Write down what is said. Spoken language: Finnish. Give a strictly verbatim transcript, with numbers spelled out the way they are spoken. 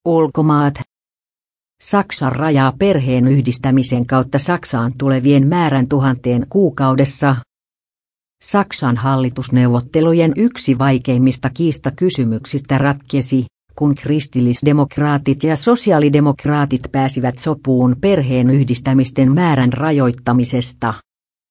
Ulkomaat. Saksa rajaa perheen yhdistämisen kautta Saksaan tulevien määrän tuhanteen kuukaudessa. Saksan hallitusneuvottelujen yksi vaikeimmista kiistakysymyksistä ratkesi, kun kristillisdemokraatit ja sosiaalidemokraatit pääsivät sopuun perheen yhdistämisten määrän rajoittamisesta.